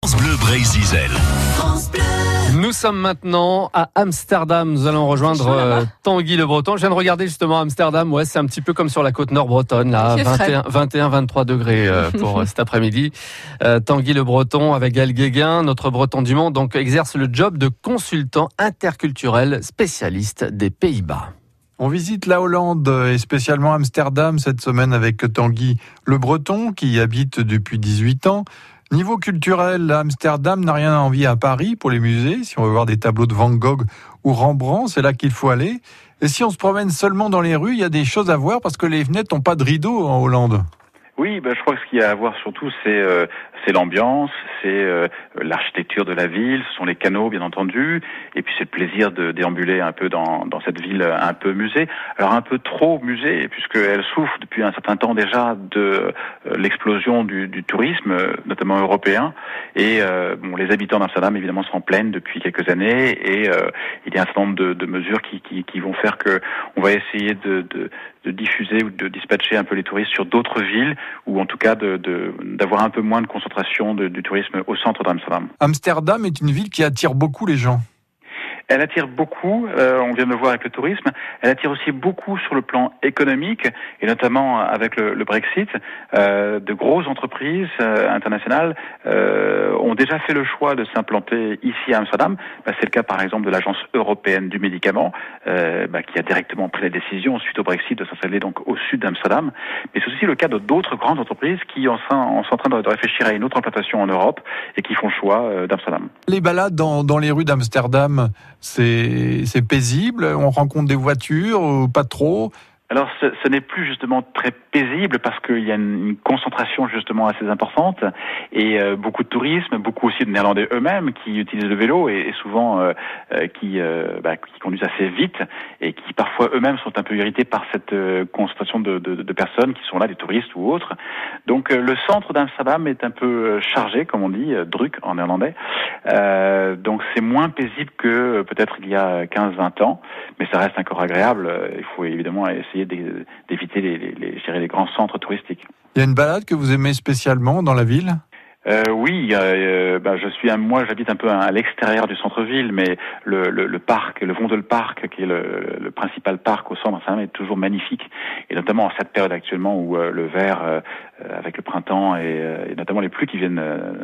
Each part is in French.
France Bleu Brésil. Nous sommes maintenant à Amsterdam. Nous allons rejoindre Tanguy Le Breton. Je viens de regarder justement Amsterdam. Ouais, c'est un petit peu comme sur la côte nord bretonne, là, 21-23 degrés pour cet après-midi. Tanguy Le Breton avec Gaël Guéguin, notre Breton du monde, donc exerce le job de consultant interculturel spécialiste des Pays-Bas. On visite la Hollande et spécialement Amsterdam cette semaine avec Tanguy Le Breton qui y habite depuis 18 ans. Niveau culturel, Amsterdam n'a rien à envier à Paris pour les musées. Si on veut voir des tableaux de Van Gogh ou Rembrandt, c'est là qu'il faut aller. Et si on se promène seulement dans les rues, il y a des choses à voir parce que les fenêtres n'ont pas de rideaux en Hollande. Oui, je crois que ce qu'il y a à voir surtout, c'est l'ambiance, c'est l'architecture de la ville, ce sont les canaux bien entendu, et puis c'est le plaisir de déambuler un peu dans cette ville un peu musée. Alors un peu trop musée, puisqu'elle souffre depuis un certain temps déjà de l'explosion du tourisme, notamment européen, et les habitants d'Amsterdam évidemment s'en plaignent depuis quelques années, et il y a un certain nombre de mesures qui vont faire que on va essayer de diffuser ou de dispatcher un peu les touristes sur d'autres villes, ou en tout cas d'avoir un peu moins de concentration du tourisme au centre d'Amsterdam. Amsterdam est une ville qui attire beaucoup les gens. Elle attire beaucoup, on vient de le voir avec le tourisme, elle attire aussi beaucoup sur le plan économique, et notamment avec le Brexit. De grosses entreprises internationales ont déjà fait le choix de s'implanter ici à Amsterdam. C'est le cas par exemple de l'Agence européenne du médicament, qui a directement pris la décision suite au Brexit de s'installer donc au sud d'Amsterdam. Mais c'est aussi le cas d'autres grandes entreprises qui sont en train de réfléchir à une autre implantation en Europe et qui font le choix d'Amsterdam. Les balades dans les rues d'Amsterdam, c'est paisible, on rencontre des voitures, pas trop. Alors, ce n'est plus justement très paisible parce qu'il y a une concentration justement assez importante et beaucoup de tourisme, beaucoup aussi de Néerlandais eux-mêmes qui utilisent le vélo et souvent qui conduisent assez vite et qui parfois eux-mêmes sont un peu irrités par cette concentration de personnes qui sont là, des touristes ou autres. Donc, le centre d'Amsterdam est un peu chargé, comme on dit, druk en néerlandais. Donc, c'est moins paisible que peut-être il y a 15-20 ans, mais ça reste encore agréable. Il faut évidemment essayer d'éviter les grands centres touristiques. Il y a une balade que vous aimez spécialement dans la ville ? Oui, moi j'habite un peu à l'extérieur du centre-ville, mais le parc, le Vondelpark, qui est le principal parc au centre d'Amsterdam, est toujours magnifique, et notamment en cette période actuellement où le vert, avec le printemps et notamment les pluies qui viennent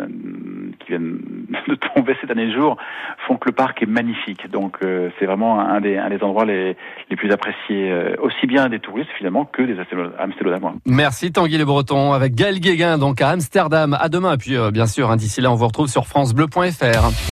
de tomber ces derniers jours, font que le parc est magnifique. Donc c'est vraiment un des endroits les plus appréciés, aussi bien des touristes finalement que des Amsterdamois. Merci Tanguy Le Breton avec Gaël Guéguin donc à Amsterdam. À demain. Et puis bien sûr, d'ici là, on vous retrouve sur francebleu.fr.